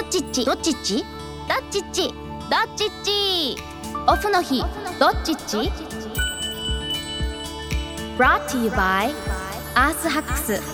っちっちどっちっちどっちっちどっちっちオフの日どっちっち Brought to you by アースハックス。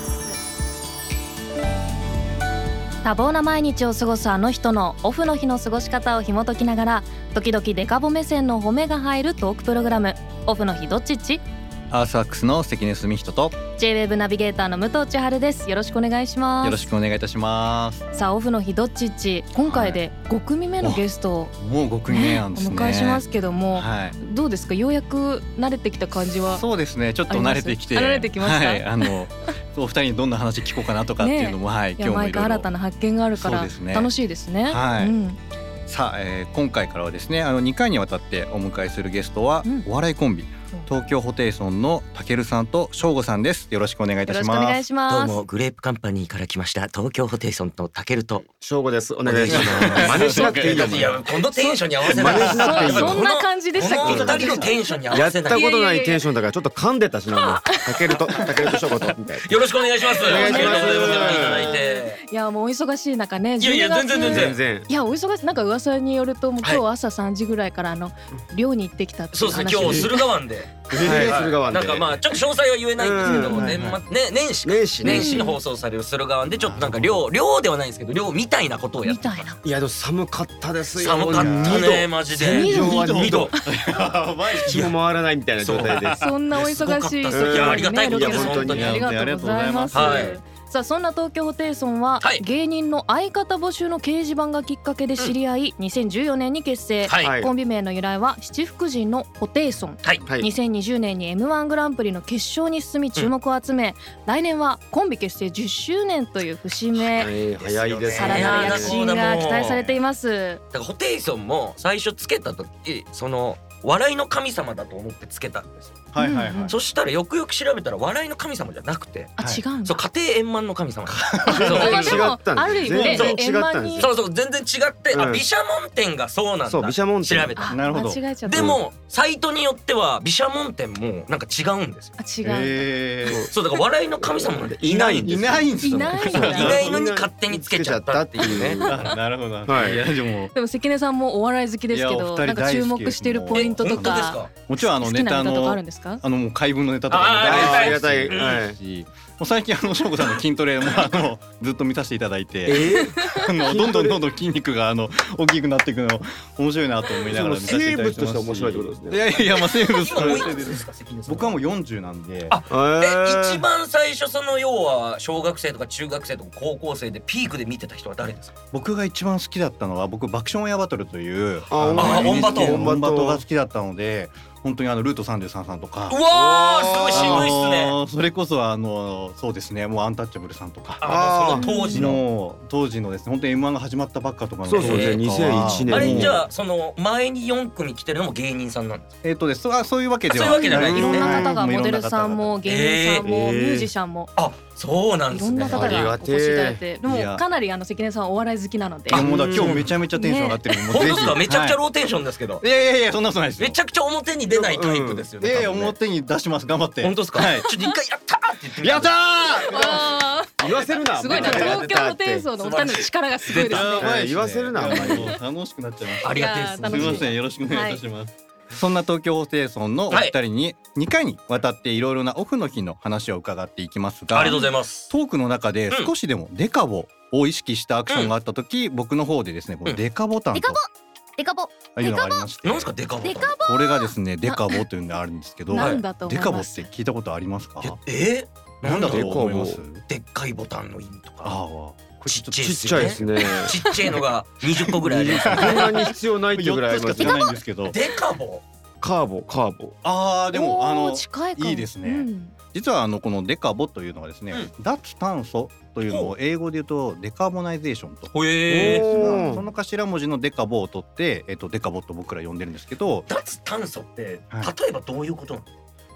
多忙な毎日を過ごすあの人のオフの日の過ごし方を紐解きながら、時々デカボ目線の褒めが入るトークプログラム、オフの日どっちっち。 アースハックスの関根澄人と J-WAVE ナビゲーターの武藤千春です。よろしくお願いします。 よろしくお願いいたします。 さあオフの日どっちっち、今回で5組目のゲストを、 もう5組目なんですね。 お迎えしますけども、 はい、 どうですか、ようやく慣れてきた感じは。 そうですね、ちょっと慣れてきて、 慣れてきました、 はい、お二人にどんな話聞こうかなとかっていうのも、はい、 今日も毎回新たな発見があるから、楽しいですね。 はい、さあ、今回からはですね、2回にわたってお迎えするゲストは、お笑いコンビ東京ホテイソンのたけるさんとしょうごさんです。よろしくお願いいたします。 よろしくお願いします。 どうもグレープカンパニーから来ました東京ホテイソンとたけるとしょうごです。お願いします。真似しなくていいよ。 いや、このテンションに合わせない。 そんな感じでしたっけ。 二人のテンションに合わせない。 やったことないテンションだからちょっと噛んでたしな。たけるとしょうごとみたいな。 よろしくお願いします。 お願いします。 いや、もうお忙しい中ね。 いや全然。 いや、お忙しい。なんか噂によると、もう今日朝3時ぐらいから漁に行ってきたっていう話。 そうですね、今日駿河湾で。 駿河湾で。 なんかまあちょっと詳細は言えないんですけども、年始に放送される駿河湾でちょっとなんか漁ではないんですけど、漁みたいなことをやって。 いやでも寒かったですよ。 寒かったね、マジで。 2度。気も回らないみたいな状態で。 そんなお忙しい。 いや、ありがたいことです。本当にありがとうございます。さあ、そんな東京ホテイソンは、芸人の相方募集の掲示板がきっかけで知り合い、2014年に結成。コンビ名の由来は七福神のホテイソン。2020年に M1 グランプリの決勝に進み注目を集め、来年はコンビ結成10周年という節目。 早いですね。 さらなる躍進が期待されています。 だからホテイソンも最初つけた時、その笑いの神様だと思ってつけたんですよ。そしたらよくよく調べたら笑いの神様じゃなくて、 違うんだ。 そう、家庭円満の神様。 全然違ったんある意味ね、円満に。 そう全然違って、毘沙門天がそうなんだ。 そう、毘沙門天。 調べた。 なるほど。 でもサイトによっては毘沙門天もなんか違うんですよ。 違う。 そうだから笑いの神様なんていないんですよ。 いないのに勝手につけちゃったっていうね。 なるほど。いやでも関根さんもお笑い好きですけど、なんか注目してるポイントとか。 もちろんネタのもう怪文のネタとかもありがたいし、もう最近しょうごさんの筋トレもずっと見させていただいて、どんどん筋肉が大きくなっていくの面白いなと思いながら見させていただいてますし。生物として面白いってことですね。いやまあ生物として僕はもう40なんで。 一番最初その要は小学生とか中学生とか高校生でピークで見てた人は誰ですか？ 僕が一番好きだったのは、僕爆笑オンエアバトルというオンバトが好きだったので、本当にルート33さんとか。 うわー、すごい渋いっすね。 それこそそうですね、もうアンタッチャブルさんとか、 その当時のですね、本当に M1 が始まったばっかとかの。 そうそうね、2001年。 あれじゃあその前に4組来てるのも芸人さんなんですか？ ですそういうわけではない。 いろんな方が、モデルさんも芸人さんもミュージシャンも。 そうなんですね。 いろんな方がお越しいただいて、でもかなり関根さんお笑い好きなので。 もう今日めちゃめちゃテンション上がってる。 本当ですか？めちゃくちゃローテンションですけど。 いやそんなことないです。 めちゃくちゃ表に出ないタイプですよね。 表に出します、頑張って。 本当ですか？ちょっと一回やったーって言ってみて。 やったー。 言わせるな。 すごいな、東京ホテイソンのお二人の力がすごいですね。 言わせるな。 楽しくなっちゃいました。 ありがとうございます。 すみません、よろしくお願いいたします。そんな東京ホテイソンのお二人に2回にわたっていろいろなオフの日の話を伺っていきますが、 ありがとうございます。 トークの中で少しでもデカボを意識したアクションがあった時、僕の方でですね、これデカボタンとデカボいうのがありまして、 なんですかデカボタン？ これがですね、デカボというのがあるんですけど、デカボって聞いたことありますか？なんだと思います？ でっかいボタンの意味とか。ちっちゃいですね。 ちっちゃいのが20個ぐらいあります。 こんなに必要ないってぐらいあります。 デカボですけど。 デカボ？ カーボ。 でもいいいですね。実はこのデカボというのはですね、脱炭素というのを英語で言うとデカーボナイゼーションと。その頭文字のデカボを取ってデカボと僕ら呼んでるんですけど、 脱炭素って例えばどういうことなの？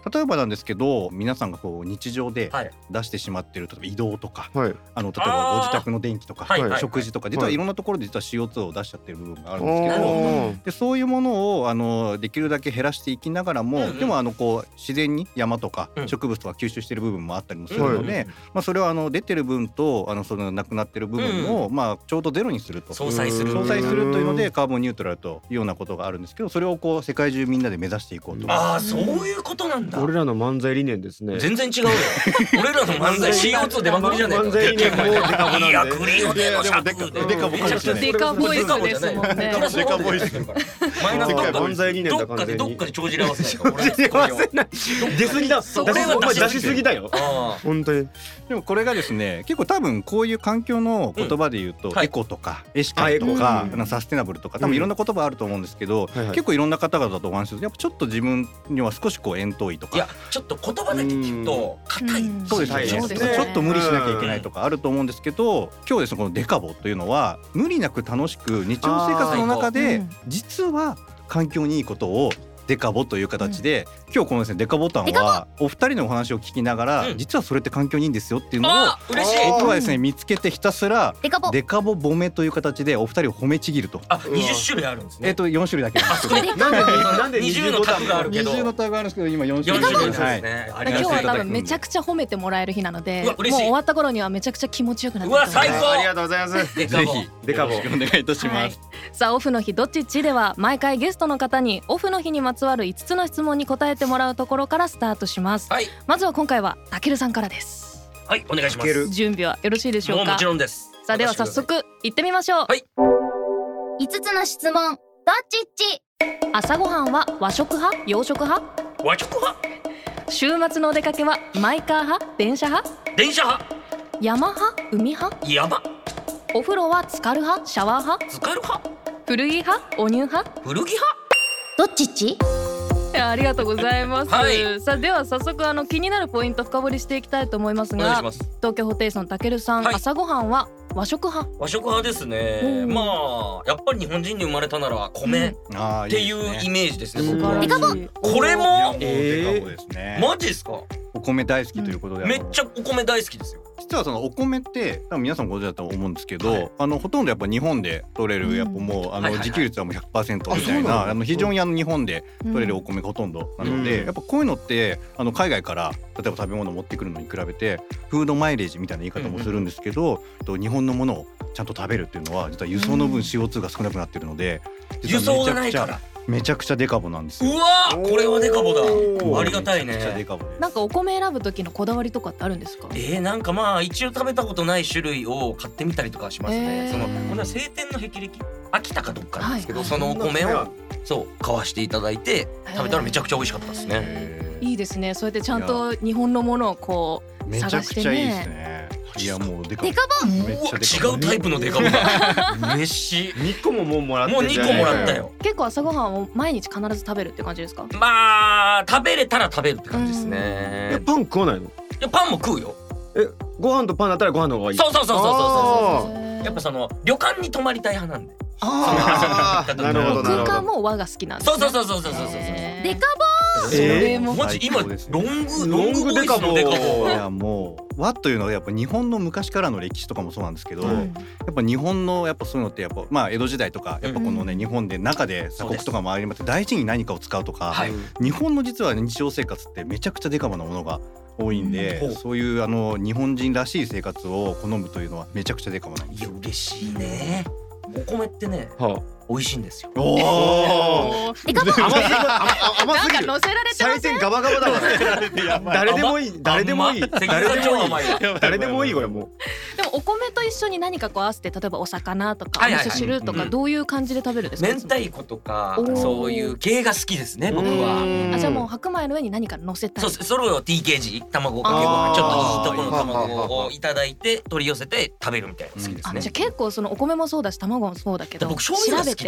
例えばなんですけど、皆さんがこう日常で出してしまっている、例えば移動とか、例えばご自宅の電気とか、食事とか、実はいろんなところで実は CO2 を出しちゃってる部分があるんですけど、でそういうものをできるだけ減らしていきながらも、でもこう自然に山とか植物とか吸収してる部分もあったりもするので、それは出てる分とそのなくなってる部分をちょうどゼロにすると、 相殺するというのでカーボンニュートラルというようなことがあるんですけど、それをこう世界中みんなで目指していこうと。 そういうことなんだ。 俺らの漫才理念ですね。 全然違うよ。俺らの漫才 CO2 出まくりじゃねえか。 漫才理念もデカボなんで。 いやクリオネの尺でデカボかもしれない。 デカボイスですもんね。 デカボイス。 マイナス漫才理念だ完全に。どっかで帳尻合わせない。出過ぎだ。出しすぎだよ。本当に。 でもこれがですね、結構多分こういう環境の言葉で言うと、エコとかエシカルとかサステナブルとか、多分いろんな言葉あると思うんですけど、結構いろんな方々とお話しするとやっぱちょっと自分には少しこう遠遠いとか、 いやちょっと言葉だけ聞くと硬い。 そうですね。ちょっと無理しなきゃいけないとかあると思うんですけど、今日ですね、このデカボというのは無理なく楽しく日常生活の中で実は環境にいいことをデカボという形で、今日このですねデカボタンはお二人のお話を聞きながら、実はそれって環境にいいんですよっていうのを僕はですね見つけて、ひたすらデカボ褒めという形でお二人を褒めちぎると。 20種類あるんですね。 4種類だけなんですけど、 なんで20のタグがあるけど、 20のタグがあるんですけど今4種類ですね。 今日は多分めちゃくちゃ褒めてもらえる日なので、もう終わった頃にはめちゃくちゃ気持ちよくなってると思います。 最高。 ありがとうございます。 ぜひデカボよろしくお願いいたします。 さあオフの日どっちっちでは毎回ゲストの方にオフの日にまつわる5つの質問に答えてもらうところからスタートします。まずは今回はたけるさんからです。 はい、お願いします。 準備はよろしいでしょうか。 もちろんです。 さあでは早速行ってみましょう。 5つの質問、どっちっち。 朝ごはんは和食派、洋食派？ 和食派。 週末のお出かけはマイカー派、電車派？ 電車派。 山派、海派？ 山。 お風呂は浸かる派、シャワー派？ 浸かる派。 古着派、おニュー派？ 古着派。 どっちっち？ ありがとうございます。さあでは早速気になるポイント深掘りしていきたいと思いますが、東京ホテイソンたけるさん、朝ごはんは和食派？ 和食派ですね。まあやっぱり日本人に生まれたなら米っていうイメージですね。僕はデカボ。 これもデカボですね。 マジですか？ お米大好きということで、 めっちゃお米大好きですよ。 実はそのお米って多分皆さんご存知だと思うんですけど、ほとんどやっぱ日本で取れるやっぱもう自給率はもう 100% みたいな、非常に日本で取れるお米がほとんどなので、やっぱこういうのって海外から例えば食べ物を持ってくるのに比べてフードマイレージみたいな言い方もするんですけど、日本のものをちゃんと食べるっていうのは実は輸送の分 CO2 が少なくなってるので、 輸送がないからめちゃくちゃデカボなんですよ。 うわー、これはデカボだ。ありがたいね。 なんかお米選ぶ時のこだわりとかってあるんですか？ なんかまあ一応食べたことない種類を買ってみたりとかしますね。これは青天の霹靂、秋田かどっかなんですけど、そのお米を買わしていただいて食べたらめちゃくちゃ美味しかったですね。 いいですね。そうやってちゃんと日本のものをこう探してね。めちゃくちゃいいですね。 いやもうデカボ。 違うタイプのデカボだ。嬉しい。 2個ももうもらって。 もう2個もらったよ。 結構朝ごはんを毎日必ず食べるって感じですか？ まあ食べれたら食べるって感じですね。 パン食わないの？ いやパンも食うよ。 ご飯とパンだったらご飯の方がいい。 そう。やっぱその旅館に泊まりたい派なんで。 なるほど。 空間も和が好きなんです。 そう。 デカボ。 それもマジ今ロングデカボ。 いやもう和というのはやっぱ日本の昔からの歴史とかもそうなんですけど、やっぱ日本のやっぱそういうのってやっぱまあ江戸時代とかやっぱこのね日本で中で鎖国とかもありまして大事に何かを使うとか、日本の実は日常生活ってめちゃくちゃデカボなものが多いんで、そういう日本人らしい生活を好むというのはめちゃくちゃデカボなんですよ。 いや嬉しいね。お米ってね美味しいんですよ。 デカボ。 甘すぎる。 なんか乗せられてません？ 採点ガバガバだわ。誰でもいい。誰でもいいこれもう。 でもお米と一緒に何かこう合わせて、例えばお魚とかお味噌汁とかどういう感じで食べるんですか？ 明太子とかそういう系が好きですね僕は。 じゃあもう白米の上に何か乗せたい。 それを TKG 卵かけご飯ちょっといいとこの卵をいただいて取り寄せて食べるみたいなの好きですね。 じゃあ結構そのお米もそうだし卵もそうだけど、 僕醤油が好きで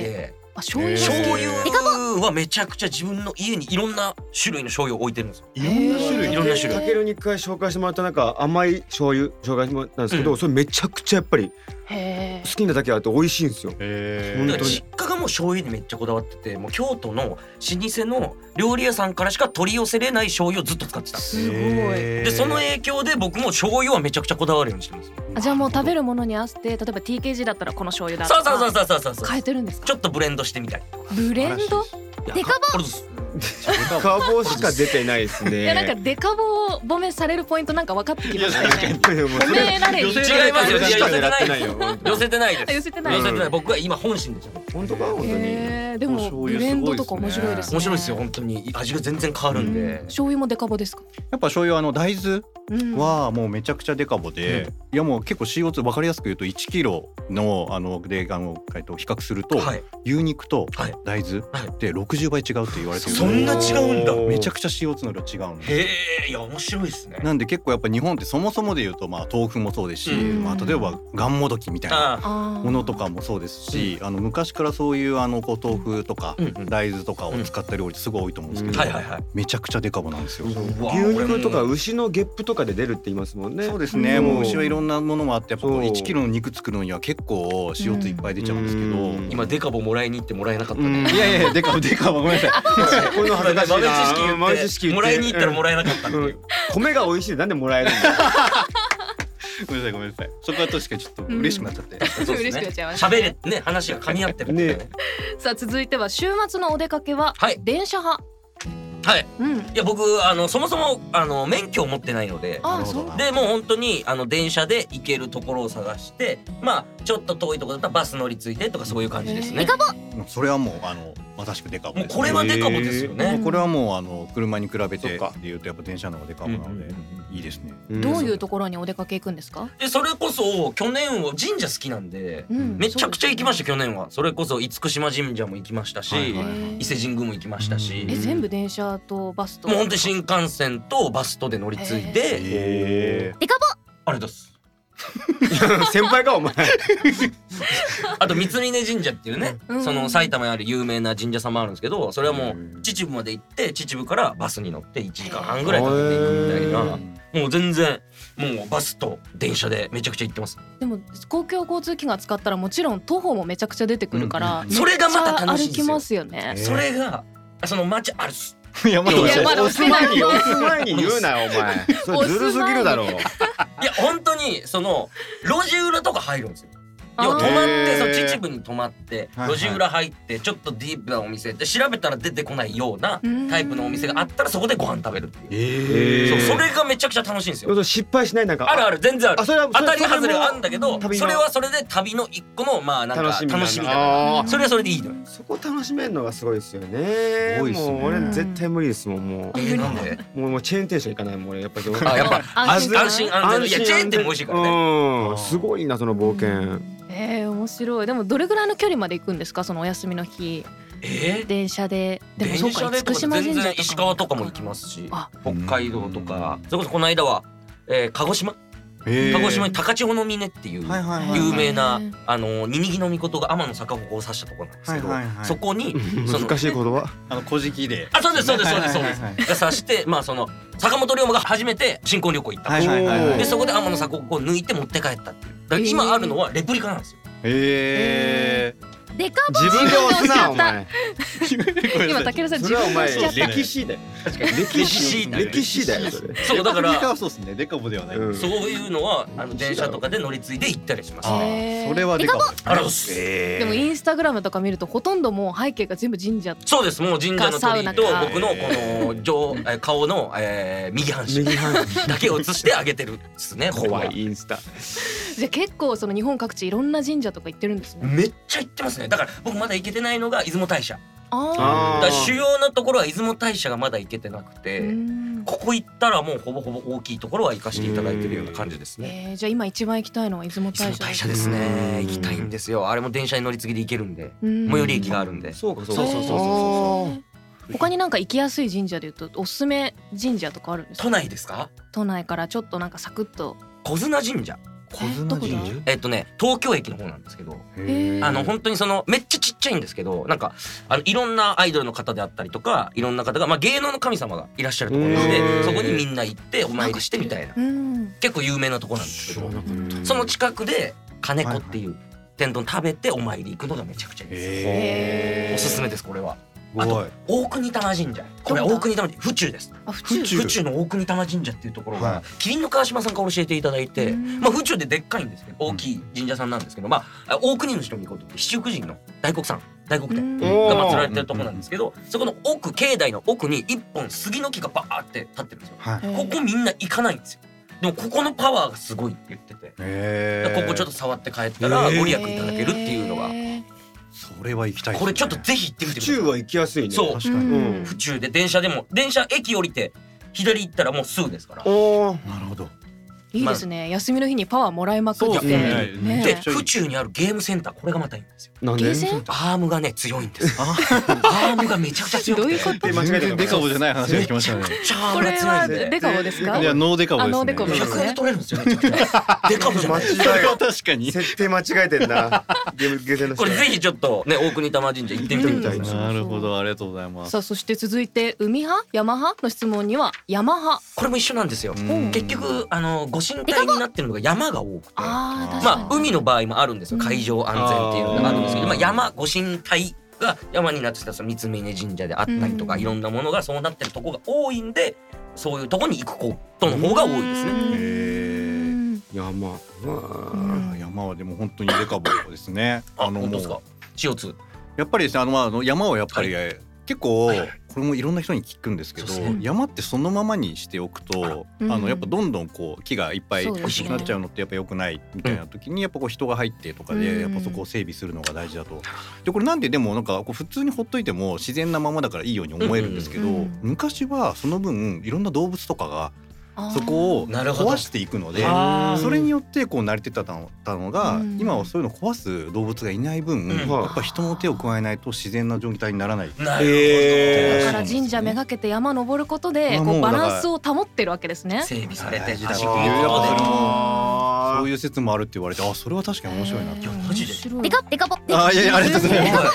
醤油はめちゃくちゃ自分の家にいろんな種類の醤油を置いてるんですよ。 いろんな種類。たけるに一回紹介してもらったなんか甘い醤油紹介してもらったんですけど、それめちゃくちゃやっぱり好きなだけあって美味しいんですよ。 実家がもう醤油にめっちゃこだわってて、もう京都の老舗の料理屋さんからしか取り寄せれない醤油をずっと使ってた。 すごい。 でその影響で僕も醤油はめちゃくちゃこだわるようにしてます。 じゃあもう食べるものに合わせて、例えば TKG だったらこの醤油だとか変えてるんですか？ ちょっとブレンドしてみたい。 ブレンド？デカボ。 デカボしか出てないですね。 いやなんかデカボ褒めされるポイントなんか分かってきましたよね。褒められる。 違いますよ。寄せてないです。 寄せてない。 僕は今本心でしょ。 本当か本当に。 でもブレンドとか面白いですね。 面白いですよ本当に。味が全然変わるんで。 醤油もデカボですか？ やっぱ醤油大豆はもうめちゃくちゃデカボで、いやもう結構 CO2 分かりやすく言うと1キロので比較すると牛肉と大豆って60倍違うって言われてる。 そんな違うんだ。 めちゃくちゃ CO2 の量違うんです。 へえ、いや面白いですね。 なんで結構やっぱ日本ってそもそもで言うと豆腐もそうですし、例えばがんもどきみたいなものとかもそうですし、昔からそういう豆腐とか大豆とかを使った料理すごい多いと思うんですけど、めちゃくちゃデカボなんですよ。 牛肉とか牛のゲップとかで出るって言いますもんね。 そうですね。もう牛はいろんなものもあって、やっぱ1キロの肉作るのには結構CO2 いっぱい出ちゃうんですけど、 今デカボもらいに行ってもらえなかったね。 いやデカボごめんなさい。 この恥ずかしいな。 豆知識言ってもらいに行ったらもらえなかったっていう。 米が美味しいなんでもらえるんだ。 ごめんなさい。そこは確かにちょっと嬉しくなっちゃって。 嬉しくなっちゃいました。 喋れね、話が噛み合ってるね。 さあ続いては週末のお出かけは電車派。 はい、いや僕そもそも免許を持ってないので、でもう本当に電車で行けるところを探して、まあちょっと遠いところだったらバス乗り継いでとかそういう感じですね。 それはもうまさしくデカボです。 これはデカボですよね。 これはもう車に比べて言うとやっぱ電車の方がデカボなのでいいですね。 どういうところにお出かけ行くんですか？ それこそ去年は神社好きなんでめちゃくちゃ行きました。去年はそれこそ厳島神社も行きましたし、伊勢神宮も行きましたし。 全部電車とバスと。 もう本当に新幹線とバスとで乗り継いで。 デカボ。 あれです。 先輩かお前。 あと三峯神社っていうね、その埼玉にある有名な神社様あるんですけど、それはもう秩父まで行って秩父からバスに乗って1時間半ぐらいかけて行くみたいな、もう全然もうバスと電車でめちゃくちゃ行ってます。 でも公共交通機関使ったらもちろん徒歩もめちゃくちゃ出てくるから、 それがまた楽しいんですよ。 歩きますよね。 それがその街あるす。 いやまだ押す前に言うなよお前。それずるすぎるだろう。いや本当にその路地裏とか入るんですよ。要は泊まって秩父に泊まって路地裏入ってちょっとディープなお店で調べたら出てこないようなタイプのお店があったらそこでご飯食べるっていう。それがめちゃくちゃ楽しいんですよ。 失敗しないなんかある全然ある。当たり外れはあるんだけど、それはそれで旅の一個のまあなんか楽しみだから、それはそれでいいのよ。 そこ楽しめるのがすごいですよね。もう俺絶対無理ですもん。もうなんでもうチェーン店しか行かないもん俺やっぱり。 やっぱ安心安全。いやチェーン店も美味しいからね。 すごいなその冒険。 面白い。でもどれぐらいの距離まで行くんですか、そのお休みの日？電車で。でもそうか、厳島神社とか石川とかも行きますし、北海道とか、それこそこの間は鹿児島に高千穂の峰っていう有名なニニギの命が天の逆鉾を指したところなんですけど、そこに難しい言葉古事記でそうですが指して、まあその坂本龍馬が初めて新婚旅行行ったで、そこで天の逆鉾を抜いて持って帰ったっていう。だから今あるのはレプリカなんですよ。 デカボ自分で押すなお前。 今たけるさん自分で押しちゃった。 歴史だよ。 確かに歴史だよそれ。 そうだからそうですね。デカボではない。 そういうのは電車とかで乗り継いで行ったりします。 それはデカボ。 でもインスタグラムとか見るとほとんどもう背景が全部神社。 そうです。もう神社の鳥居と僕のこの顔の右半身だけを写してあげてるですね。 怖いインスタ。 じゃあ結構その日本各地いろんな神社とか行ってるんですね。 めっちゃ行ってますね。だから僕まだ行けてないのが出雲大社。だから主要なところは出雲大社がまだ行けてなくて、ここ行ったらもうほぼほぼ大きいところは行かせていただいてるような感じですね。 じゃあ今一番行きたいのは出雲大社。 出雲大社ですね。行きたいんですよ。あれも電車に乗り継ぎで行けるんで、最寄り駅があるんで。 そう。 他になんか行きやすい神社でいうとおすすめ神社とかあるんですか？ 都内ですか？ 都内からちょっとなんかサクッと。 小綱神社。 東京駅の方なんですけど、本当にそのめっちゃちっちゃいんですけど、なんかいろんなアイドルの方であったりとか、いろんな方が芸能の神様がいらっしゃるところで、そこにみんな行ってお参りしてみたいな、結構有名なところなんですけど、その近くで金子っていう天丼食べてお参り行くのがめちゃくちゃいいです。おすすめです、これは。あと大国玉神社、これは大国玉神社、府中です。府中の大国玉神社っていうところが麒麟の川島さんから教えていただいて、府中ででっかいんですけど、大きい神社さんなんですけど、大国の人に行こうと七福神の大黒天が祀られてるところなんですけど、そこの奥、境内の奥に一本杉の木がバーって立ってるんですよ。ここみんな行かないんですよ。でもここのパワーがすごいって言ってて、ここちょっと触って帰ったらご利益いただけるっていうのが。 それは行きたいですね。 これちょっとぜひ行ってみてください。 府中は行きやすいね。 そう、確かに。府中で電車駅降りて左行ったらもうすぐですから。 なるほど。 いいですね。休みの日にパワーもらいまくって。 で、府中にあるゲームセンター、これがまたいいんですよ。 なんで？ アームがね強いんです。アームがめちゃくちゃ強くて。 どういうこと？ 全然デカボじゃない話が来ましたね。 これはデカボですか？ いやノーデカボですね。 100円で取れるんですよ。めちゃくちゃ。デカボじゃない。 確かに。 設定間違えてんな。 これぜひちょっとね、大国玉神社行ってみてください。 なるほど、ありがとうございます。 さあ、そして続いて海派山派の質問には山派。 これも一緒なんですよ。結局ご神体になってるのが山が多くて、海の場合もあるんですよ。海上安全っていうのがあるんですけど、山ご神体が山になってた三峯神社であったりとか、いろんなものがそうなってるとこが多いんで、そういうとこに行くことの方が多いですね。 山はでも本当にデカボですね。 本当ですか。CO2 やっぱりですね、山はやっぱり結構これもいろんな人に聞くんですけど、山ってそのままにしておくとやっぱどんどん木がいっぱいなっちゃうのってやっぱ良くないみたいな時に、やっぱ人が入ってとかでやっぱそこを整備するのが大事だと。でこれなんででもなんか普通にほっといても自然なままだからいいように思えるんですけど、昔はその分いろんな動物とかがそこを壊していくので、それによってこう成り立ってたのが、今はそういうの壊す動物がいない分、やっぱ人の手を加えないと自然な状態にならない。 だから神社めがけて山登ることでこうバランスを保ってるわけですね。 整備されてそういう説もあるって言われて、それは確かに面白いな。 マジでデカデカボ。 いやありがとうございます。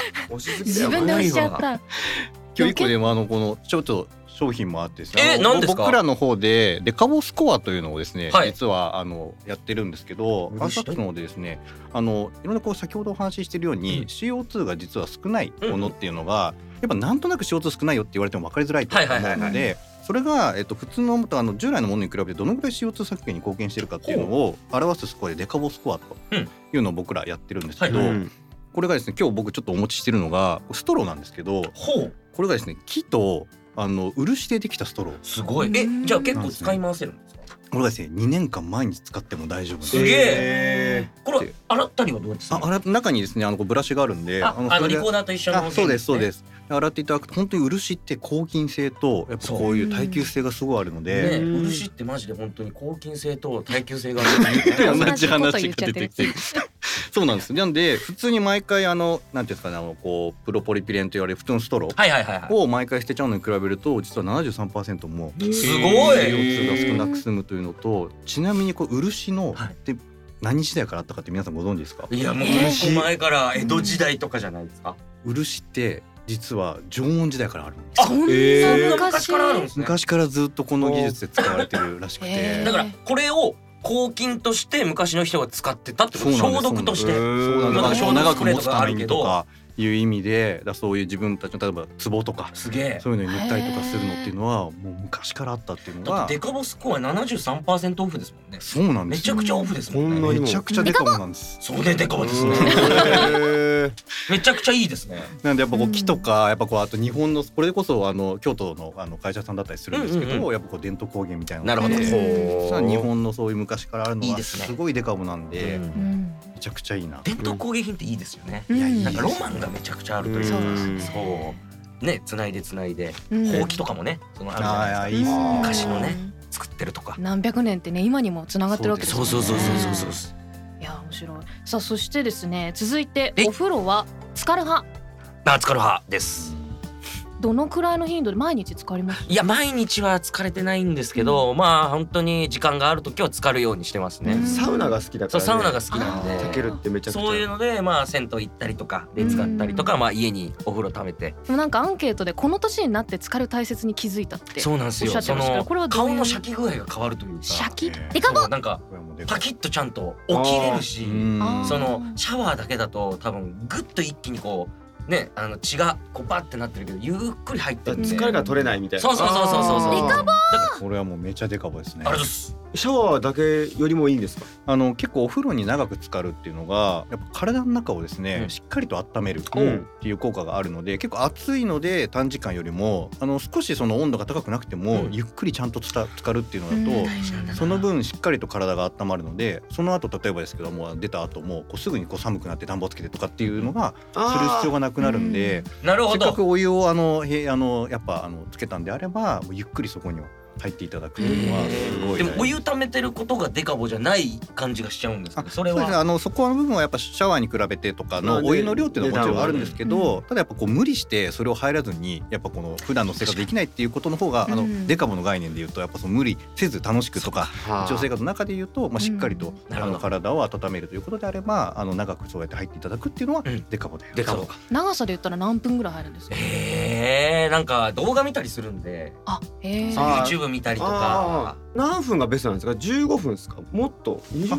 自分で押しちゃった。 今日一個でもこのちょっと商品もあってですね、何ですか？ 僕らの方でデカボスコアというのをですね、実はやってるんですけど、アンサックスの方でですね、いろんな先ほどお話ししているように CO2 が実は少ないものっていうのがやっぱなんとなく CO2 少ないよって言われても分かりづらいと思うので、それが普通の従来のものに比べてどのぐらい CO2 削減に貢献しているかっていうのを表すスコアでデカボスコアというのを僕らやってるんですけど、これがですね、今日僕ちょっとお持ちしてるのがストローなんですけど、これがですね、木と漆でできたストロー。 すごい。じゃあ結構使い回せるんですか？ これがですね、2年間毎日使っても大丈夫です。 すげえ。これ洗ったりはどうやってするの？ 中にですね、ブラシがあるんで、 リコーダーと一緒の。 そうですそうです。洗っていただくと本当に漆って抗菌性とやっぱこういう耐久性がすごいあるので、 漆ってマジで本当に抗菌性と耐久性がある。同じ話が出てきてる。そうなんです。なんで普通に毎回なんていうんですかね、プロポリピレンと言われる普通のストローを毎回捨てちゃうのに比べると、実は 73% もすごい CO2 が少なく済むというのと、ちなみに漆ので何時代からあったかって皆さんご存知ですか？ いやもう結構前から江戸時代とかじゃないですか？ 漆って実は縄文時代からあるんです。そんな昔からあるんですね。 昔からずっとこの技術で使われてるらしくて、 だからこれを抗菌として昔の人が使ってたってこと。消毒として長く持つためにとかいう意味で、そういう自分たちの例えば壺とかそういうのに塗ったりとかするのっていうのはもう昔からあったっていうのが。 だってデカボスコア 73% オフですもんね。 そうなんです。 めちゃくちゃオフですもんね。めちゃくちゃデカボなんです。 そうでデカボですね。めちゃくちゃいいですね。 なんでやっぱ木とかやっぱあと日本のこれこそ京都の会社さんだったりするんですけど、やっぱ伝統工芸みたいなので、日本のそういう昔からあるのはすごいデカボなんで、めちゃくちゃいいな。 伝統工芸品っていいですよね。なんかロマンがめちゃくちゃあるというか、そうね、つないでほうきとかもね、そのあるじゃないですか。昔のね作ってるとか何百年ってね、今にもつながってるわけですよね。 そう。 いや面白い。さあそしてですね、続いてお風呂は浸かる派。 浸かる派です。 どのくらいの頻度で毎日浸かります？ いや毎日は疲れてないんですけど、まあ本当に時間がある時は浸かるようにしてますね。 サウナが好きだからね。 そうサウナが好きなんで、 かけるってめちゃくちゃそういうのでまあ銭湯行ったりとかで使ったりとか、まあ家にお風呂溜めて。 でもなんかアンケートでこの年になって浸かる大切に気づいたってそうなんですよ。 おっしゃってましたけど、これは顔のシャキ具合が変わるというか、 シャキデカボなんかパキッとちゃんと起きれるし、そのシャワーだけだと多分グッと一気にこうね、血がこうバッてなってるけどゆっくり入ってるんで疲れが取れないみたいな。 そうそうそうそうそう。 デカボこれはもうめっちゃデカボですね。 あれです。 シャワーだけよりもいいんですか？ 結構お風呂に長く浸かるっていうのがやっぱ体の中をですね、しっかりと温めるっていう効果があるので、結構暑いので短時間よりも少しその温度が高くなくても、ゆっくりちゃんと浸かるっていうのだと、その分しっかりと体が温まるので、その後例えばですけども出た後もこうすぐにこう寒くなって暖房つけてとかっていうのがする必要がなくなるんで、 なるほど。 せっかくお湯をやっぱつけたんであればゆっくりそこには入っていただくっていうのはすごい。 でもお湯溜めてることがデカボじゃない感じがしちゃうんですけど、それはそうですね、そこの部分はやっぱシャワーに比べてとかのお湯の量っていうのはもちろんあるんですけど、ただやっぱこう無理してそれを入らずにやっぱこの普段の生活できないっていうことの方がデカボの概念で言うとやっぱその無理せず楽しくとか日常生活の中で言うとしっかりと体を温めるということであれば長くそうやって入っていただくっていうのはデカボだよ。 デカボか。 長さで言ったら何分ぐらい入るんですか？ なんか動画見たりするんで、YouTube 見たりとか。 何分がベストなんですか？15分ですか？もっと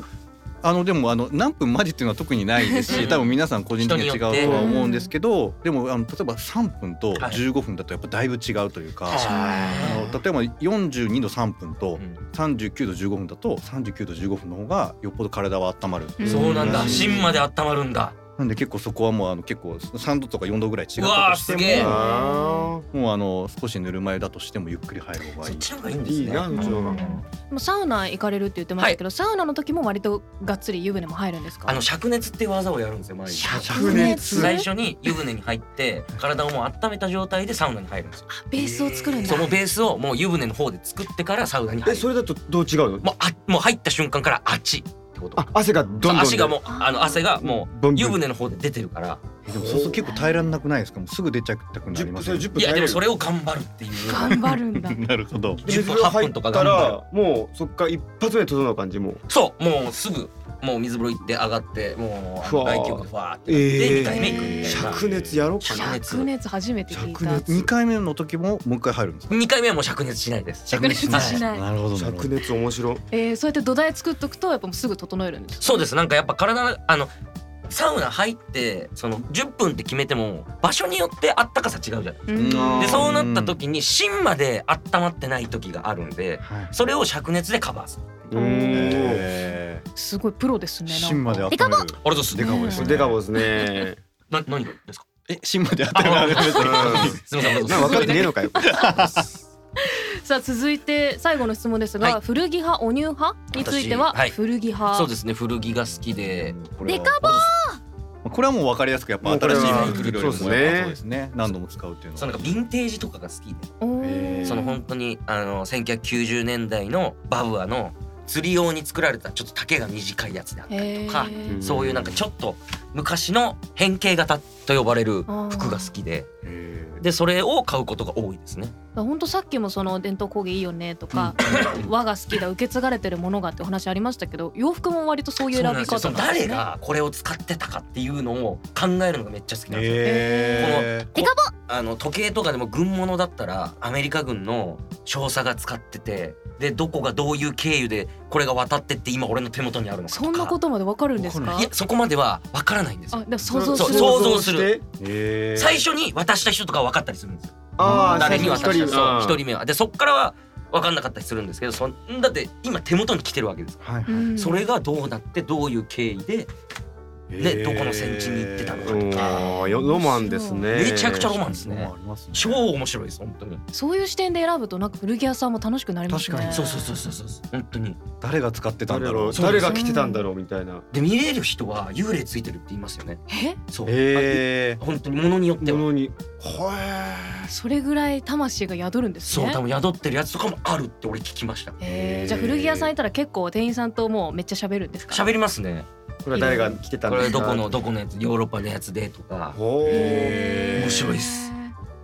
20？ でも何分までっていうのは特にないですし、多分皆さん個人的に違うとは思うんですけど、でも例えば3分と15分だとやっぱだいぶ違うというか、例えば42度3分と39度15分だと39度15分の方がよっぽど体は温まる。 そうなんだ、芯まで温まるんだ。 なんで結構そこはもう結構3度とか4度ぐらい違ったとしても、もう少しぬるま湯だとしてもゆっくり入る方がいい。 そっちの方がいいんですね。 いいな、うちのが。 サウナ行かれるって言ってましたけど、サウナの時も割とがっつり湯船も入るんですか？ 灼熱っていう技をやるんですよ毎日。 灼熱。 最初に湯船に入って体をもう温めた状態でサウナに入るんですよ。 ベースを作るんだ。 そのベースをもう湯船の方で作ってからサウナに入る。 それだとどう違うの？ もう入った瞬間からあっち。 汗がどんどん足がもう汗がもう湯船の方で出てるから。 でもそうすると結構耐えられなくないですか？もうすぐ出ちゃったくなりますね。 いやでもそれを頑張るっていう。 頑張るんだ。 なるほど。 水風呂入ったらもうそっから一発目整う感じも。 そうもうすぐもう水風呂行って上がってもう外気浴でファーってで2回目行くみたいな。 灼熱やろうかな。 灼熱初めて聞いた。 2回目の時ももう一回入るんですか？ 2 回目はもう灼熱しないです。 灼熱しない。 なるほど。 灼熱面白い。 そうやって土台作っとくとやっぱもうすぐ整えるんですか？ そうです。なんかやっぱ体サウナ入ってその10分って決めても場所によってあったかさ違うじゃないで、そうなった時に芯まで温まってない時があるんで、それを灼熱でカバーする。 すごいプロですね。 芯まで温める。 あれですデカボですね。デカボですね。 何がですか？ 芯まで温める。 すみません。 分かってねえのかよ。 さあ続いて最後の質問ですが、古着派お乳派については古着派。 そうですね、古着が好きで。 デカボー。これはもう分かりやすくやっぱ新しい服着るよりもそうですね。何度も使うっていうのは。 なんかヴィンテージとかが好きで、その本当に1990年代のバブアの釣り用に作られたちょっと丈が短いやつであったりとか、そういうなんかちょっと昔の変形型と呼ばれる服が好きで。でそれを買うことが多いですね。 本当さっきもその伝統工芸いいよねとか和が好きだ受け継がれてるものがってお話ありましたけど、洋服も割とそういう選び方なんですね。 誰がこれを使ってたかっていうのを考えるのがめっちゃ好きなんですよ。 デカボ時計とかでも軍物だったらアメリカ軍の少佐が使ってて、でどこがどういう経由でこれが渡ってって今俺の手元にあるのかとか。 そんなことまでわかるんですか？ いやそこまではわからないんですよ。 でも想像する。 最初に渡した人とか分かったりするんですよ。 誰に渡した1人目は。でそっからは分かんなかったりするんですけど、だって今手元に来てるわけですから、それがどうなってどういう経緯でどこの戦地に行ってたのかとか。 ロマンですね。 めちゃくちゃロマンですね。超面白いです本当に。 そういう視点で選ぶとなんか古着屋さんも楽しくなりますね。 確かに。そう本当に。 誰が使ってたんだろう、 誰が着てたんだろうみたいな。 で見れる人は幽霊ついてるって言いますよね。そう。本当に物によっては。 それぐらい魂が宿るんですね。 そう、多分宿ってるやつとかもあるって俺聞きました。 じゃあ古着屋さんいたら結構店員さんともうめっちゃ喋るんですか？ 喋りますね。 これは誰が着てたんですか？ これどこのやつ、ヨーロッパのやつでとか。面白いです。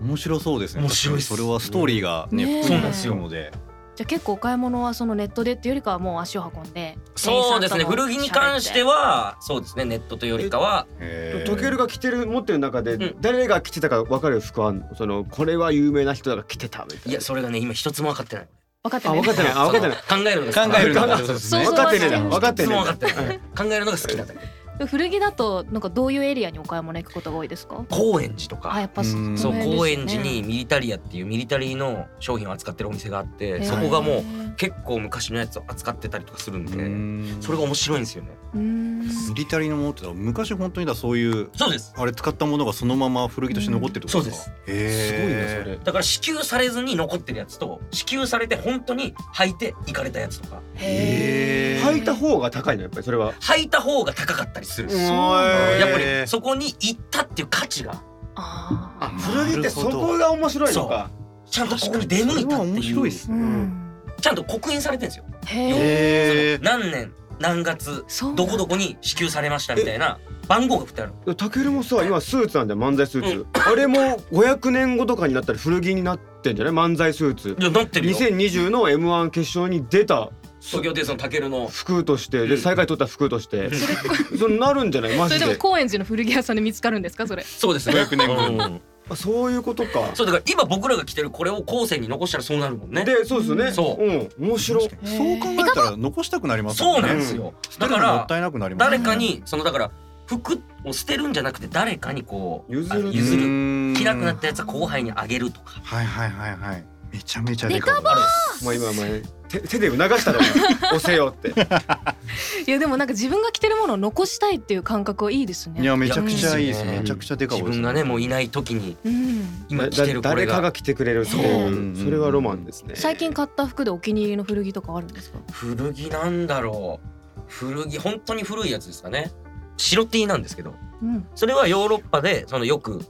面白そうですね。 面白いです。 それはストーリーがね、 そうなんですよ。 じゃあ結構お買い物はそのネットでっていうよりかはもう足を運んで。 そうですね。古着に関してはそうですね。ネットというよりかは。 トケルが着てる持ってる中で誰が着てたか分かる服はそのこれは有名な人が着てたみたいな。 いやそれがね今一つも分かってない。 分かってない。 考えるのが分かってね。考えるのが好きだった。 古着だとなんかどういうエリアにお買い物行くことが多いですか？ 高円寺とか。 やっぱそう高円寺にミリタリアっていうミリタリーの商品を扱ってるお店があって、そこがもう結構昔のやつを扱ってたりとかするんで、それが面白いんですよね。 ミリタリーのものって昔本当にそういうそうですあれ使ったものがそのまま古着として残ってるってことですか？ そうです。 すごいねそれ。 だから支給されずに残ってるやつと支給されて本当に履いて行かれたやつとか。 履いた方が高いのやっぱりそれは。 履いた方が高かったりする。やっぱりそこに行ったっていう価値が。 古着ってそこが面白いのか。 ちゃんとここに出向いたっていう。ちゃんと刻印されてるんですよ。何年何月どこどこに支給されましたみたいな番号が振ってある。 タケルもさ今スーツなんだよ漫才スーツ。あれも500年後とかになったら古着になってんじゃない漫才スーツ。 いやなってるよ。 2020の M1 決勝に出た。 東京ホテイソンたけるの服としてで最下位取った服としてそれなるんじゃないマジで。 それでも高円寺の古着屋さんで見つかるんですかそれ？ そうですね。 500年後。そういうことか。 そうだから今僕らが着てるこれを後世に残したらそうなるもんね。 でそうですよね。 そう面白い。 そう考えたら残したくなりますね。 そうなんですよ。だからもったいなくなります。 誰かにだから服を捨てるんじゃなくて誰かにこう譲る着なくなったやつは後輩にあげるとか。 はいめちゃめちゃデカボー。 もう今手で促したら押せよって。 いやでもなんか自分が着てるものを残したいっていう感覚はいいですね。 いやめちゃくちゃいいですね。めちゃくちゃデカボー。 自分がねもういない時に今着てるこれが誰かが着てくれるっていうそれはロマンですね。 最近買った服でお気に入りの古着とかあるんですか？ 古着なんだろう。古着本当に古いやつですかね。白 T なんですけど、それはヨーロッパでよく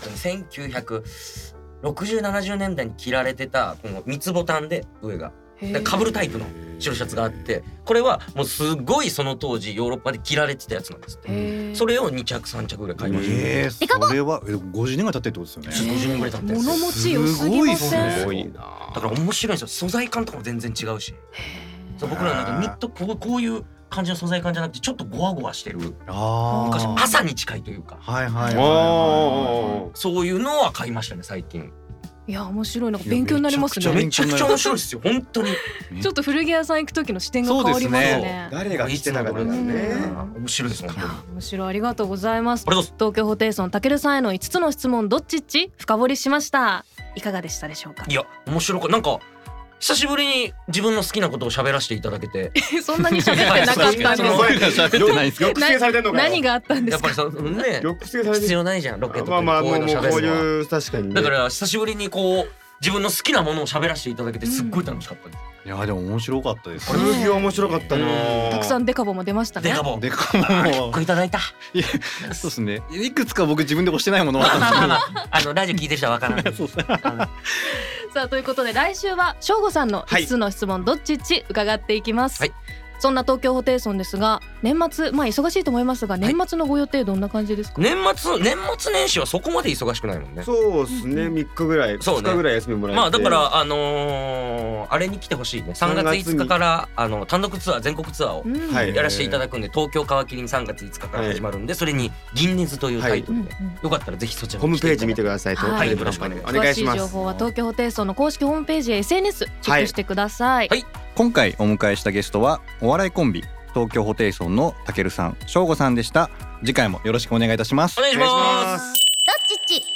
1960、70年代に着られてたこの三つボタンで上がかぶるタイプの白シャツがあって、これはもうすごいその当時ヨーロッパで着られてたやつなんですって。それを2着3着ぐらい買いました。 それは50年ぐらい経ってってことですよね。 50年ぐらい経って物持ち良すぎません？ すごいな。 だから面白いんですよ。素材感とかも全然違うし、僕らなんかニットこういう感じの素材感じゃなくてちょっとゴワゴワしてる昔朝に近いというか、そういうのは買いましたね最近。 いや面白い。なんか勉強になりますね。 めちゃくちゃ面白いですよ本当に。 ちょっと古着屋さん行く時の視点が変わりますね。 誰が着てたかね。 面白いです本当に。 面白い。ありがとうございます。東京ホテイソンたけるさんへの5つの質問どっちっち深掘りしました。いかがでしたでしょうか？ いや面白かった。なんか久しぶりに自分の好きなことを喋らせていただけて。 そんなに喋ってなかったんですか？ 喋ってないですか？ 抑制されてんのかよ。 何があったんですか？ やっぱりね抑制されて必要ないじゃんロケとかまあこういうの喋るのは。 こういう確かにね。 だから久しぶりにこう自分の好きなものを喋らせていただけてすっごい楽しかったです。 いやでも面白かったです。 古着は面白かったな。 たくさんデカボも出ましたね。 デカボもこれいただいた。 そうですね。いくつか僕自分で押してないものはあったんですけどラジオ聞いてる人はわからない。 さあということで来週は翔吾さんの5つの質問どっちっち伺っていきます。そんな東京ホテイソンですが年末忙しいと思いますが年末のご予定どんな感じですか？ 年末年始はそこまで忙しくないもんね。 そうですね。3日ぐらい2日ぐらい休みもらえて。 まあだからあれに来てほしいね。3月5日から単独ツアー全国ツアーをやらせていただくんで、東京皮切りに3月5日から始まるんで、それに銀ネズというタイトルでよかったらぜひそちらホームページ見てください。 よろしくお願いします。 詳しい情報は東京ホテイソンの公式ホームページや SNS チェックしてください。 今回お迎えしたゲストはお笑いコンビ東京ホテイソンのたけるさん、翔吾さんでした。次回もよろしくお願いいたします。 お願いします。 どっちっち。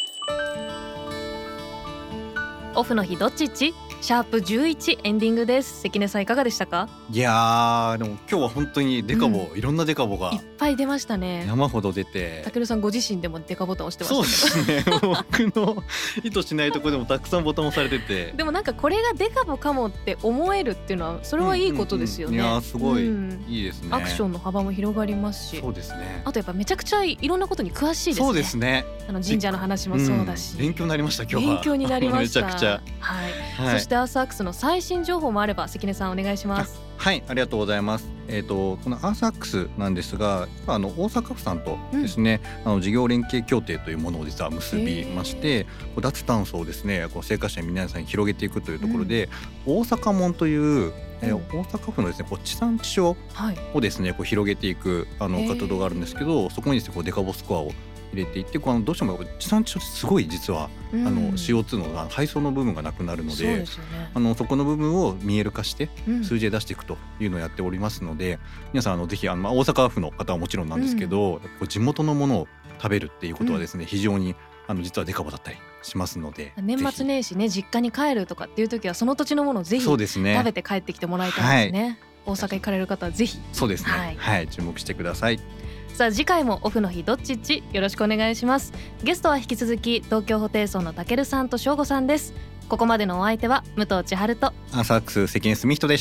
オフの日どっちっちシャープ11エンディングです。関根さんいかがでしたか？ いやでも今日は本当にデカボ、いろんなデカボがいっぱい出ましたね。 山ほど出て、 たけるさんご自身でもデカボタン押してましたけど。そうですね。僕の意図しないところでもたくさんボタン押されてて、 でもなんかこれがデカボかもって思えるっていうのはそれはいいことですよね。 いやすごいいいですね。 アクションの幅も広がりますし、 そうですね。 あとやっぱめちゃくちゃいろんなことに詳しいですね。 そうですね。 神社の話もそうだし、 勉強になりました今日は。 勉強になりました。 めちゃくちゃ。 はい。そしてアースアックスの最新情報もあれば関根さんお願いします。 はい、ありがとうございます。 このアースハックスなんですが、大阪府さんとですね、事業連携協定というものを実は結びまして、脱炭素をですね生活者に皆さんに広げていくというところで、大阪門という大阪府のですね地産地消をですね広げていく活動があるんですけど、そこにですねデカボスコアを入れていって、どうしても地産地消ってすごい実はCO2 の配送の部分がなくなるので、そこの部分を見える化して数字で出していくというのをやっておりますので、皆さんぜひ大阪府の方はもちろんなんですけど、地元のものを食べるっていうことはですね、非常に実はデカボだったりしますので、 年末年始ね実家に帰るとかっていう時はその土地のものをぜひ食べて帰ってきてもらいたいですね。大阪行かれる方はぜひそうですね、注目してください。 さあ次回もオフの日どっちっちよろしくお願いします。ゲストは引き続き東京ホテイソンのたけるさんとしょうごさんです。ここまでのお相手は武藤千春とアーサックス関根澄人でした。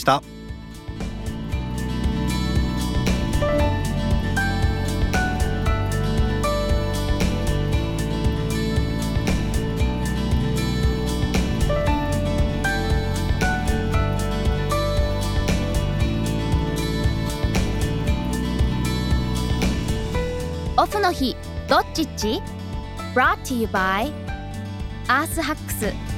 オフの日どっちっち Brought to you by アースハックス